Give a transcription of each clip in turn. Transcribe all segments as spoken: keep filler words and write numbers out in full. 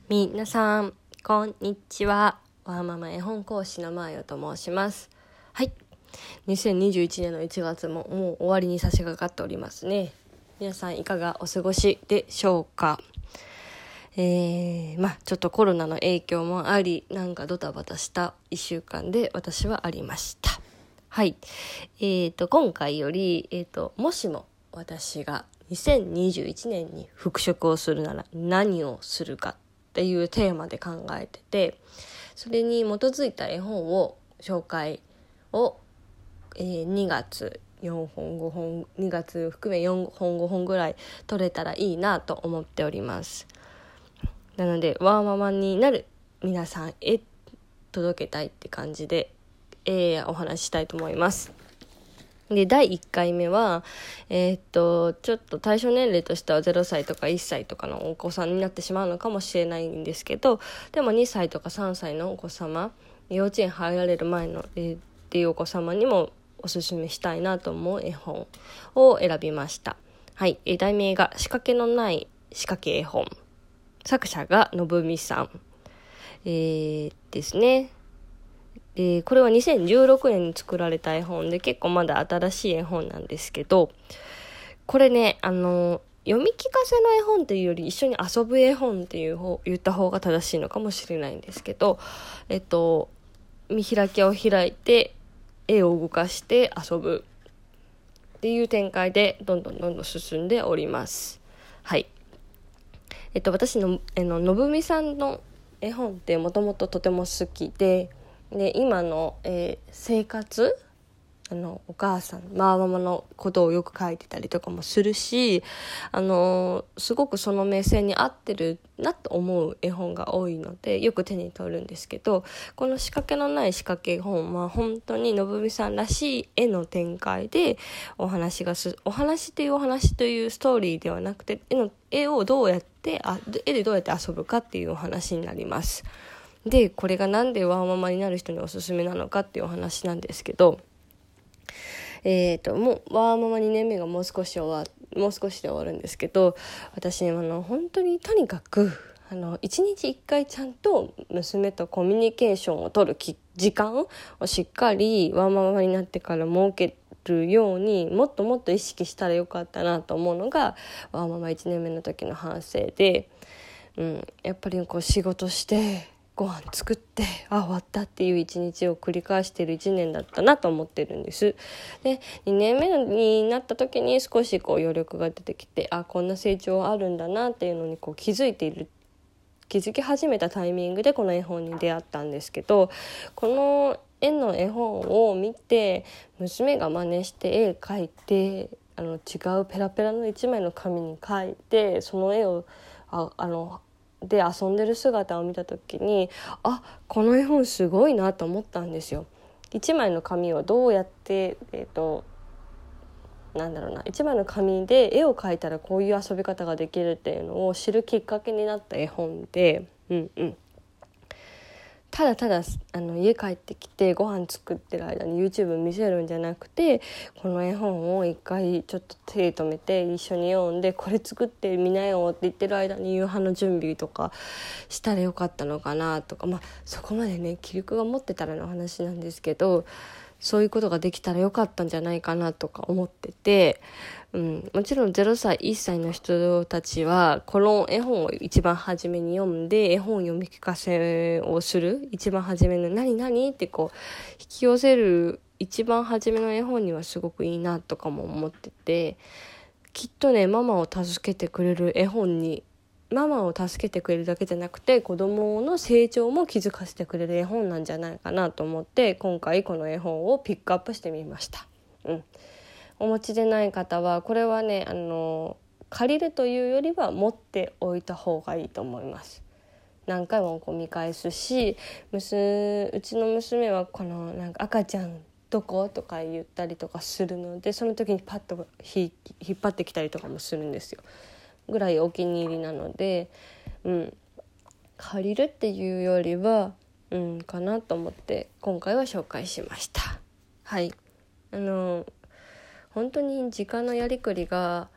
みなさんこんにちは。わーママ絵本講師のまーよと申します。はい、にせんにじゅういちねんのいちがつももう終わりに差し掛かっておりますね。皆さんいかがお過ごしでしょうか。えー、まあちょっとコロナの影響もあり、なんかドタバタしたいっしゅうかんで私はありました。はい、えーと今回より、えーともしも私がにせんにじゅういちねんに復職をするなら何をするかっていうテーマで考えてて、それに基づいた絵本を紹介を、えー、にがつよんほんごほん、にがつ含めよんほんごほんぐらい撮れたらいいなと思っております。なのでワーママになる皆さんへ届けたいって感じで、えー、お話ししたいと思います。でだいいっかいめは、えー、っとちょっと対象年齢としてはゼロさいとかいっさいとかのお子さんになってしまうのかもしれないんですけど、でもにさいとかさんさいのお子様、幼稚園入られる前の、えー、っていうお子様にもおすすめしたいなと思う絵本を選びました。はい、えー、題名が仕掛けのない仕掛け絵本、作者がのぶみさん、えー、ですね。でこれはにせんじゅうろくねんに作られた絵本で、結構まだ新しい絵本なんですけど、これね、あの読み聞かせの絵本っていうより一緒に遊ぶ絵本っていう方言った方が正しいのかもしれないんですけど、えっと見開きを開いて絵を動かして遊ぶっていう展開でどんどんどんどん進んでおります。はい、えっと私のえののぶみさんの絵本ってもともととても好きで、で今の、えー、生活あのお母さんマーママのことをよく書いてたりとかもするし、あのー、すごくその目線に合ってるなと思う絵本が多いのでよく手に取るんですけど、この仕掛けのない仕掛け絵本は本当にのぶみさんらしい絵の展開でお話がすお話というお話というストーリーではなくて、絵の絵をどうやってあ絵でどうやって遊ぶかっていうお話になります。でこれがなんでワーママになる人におすすめなのかっていうお話なんですけど、えーともうワーママにねんめがもう少し終わもう少しで終わるんですけど、私あの本当にとにかくあのいちにちいっかいちゃんと娘とコミュニケーションを取る時間をしっかりワーママになってから設けるようにもっともっと意識したらよかったなと思うのがワーママいちねんめの時の反省で、うん、やっぱりこう仕事してご飯作ってあ終わったっていう一日を繰り返しているいちねんだったなと思ってるんです。でにねんめになった時に少しこう余力が出てきて、あこんな成長あるんだなっていうのにこう気づいている気づき始めたタイミングでこの絵本に出会ったんですけど、この絵の絵本を見て娘が真似して絵描いて、あの違うペラペラの一枚の紙に描いてその絵をああので遊んでる姿を見た時に、あこの絵本すごいなと思ったんですよ。一枚の紙をどうやって、えーと、なんだろうな一枚の紙で絵を描いたらこういう遊び方ができるっていうのを知るきっかけになった絵本で、うんうん、ただただあの家帰ってきてご飯作ってる間に YouTube 見せるんじゃなくて、この絵本を一回ちょっと手止めて一緒に読んで、これ作ってみなよって言ってる間に夕飯の準備とかしたらよかったのかなとか、まあそこまでね気力が持ってたらの話なんですけど、そういうことができたらよかったんじゃないかなとか思ってて、うん、もちろんゼロさいいっさいの人たちはこの絵本を一番初めに読んで絵本読み聞かせをする一番初めの何何ってこう引き寄せる一番初めの絵本にはすごくいいなとかも思ってて、きっとねママを助けてくれる絵本にママを助けてくれるだけじゃなくて子供の成長も気づかせてくれる絵本なんじゃないかなと思って今回この絵本をピックアップしてみました。うん、お持ちでない方はこれはねあの借りるというよりは持っておいた方がいいと思います。何回もこう見返すし、むすうちの娘はこのなんか赤ちゃんどことか言ったりとかするので、その時にパッと引っ張ってきたりとかもするんですよ。ぐらいお気に入りなので、うん、借りるっていうよりは、うん、かなと思って今回は紹介しました。はい、あの本当に時間のやりくりが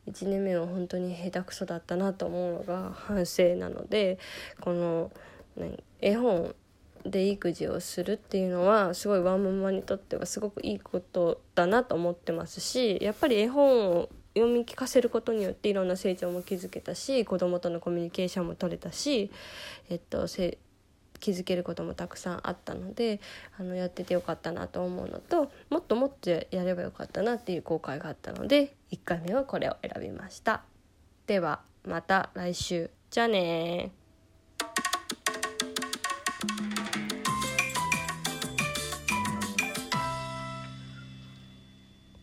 いちねんめは本当に下手くそだったなと思うのが反省なので、この絵本で育児をするっていうのはすごいワンママにとってはすごくいいことだなと思ってますし、やっぱり絵本を読み聞かせることによっていろんな成長も築けたし、子供とのコミュニケーションも取れたし、えっと、せ気づけることもたくさんあったので、あのやっててよかったなと思うのと、もっともっとやればよかったなっていう後悔があったので、いっかいめはこれを選びました。ではまた来週。じゃあね。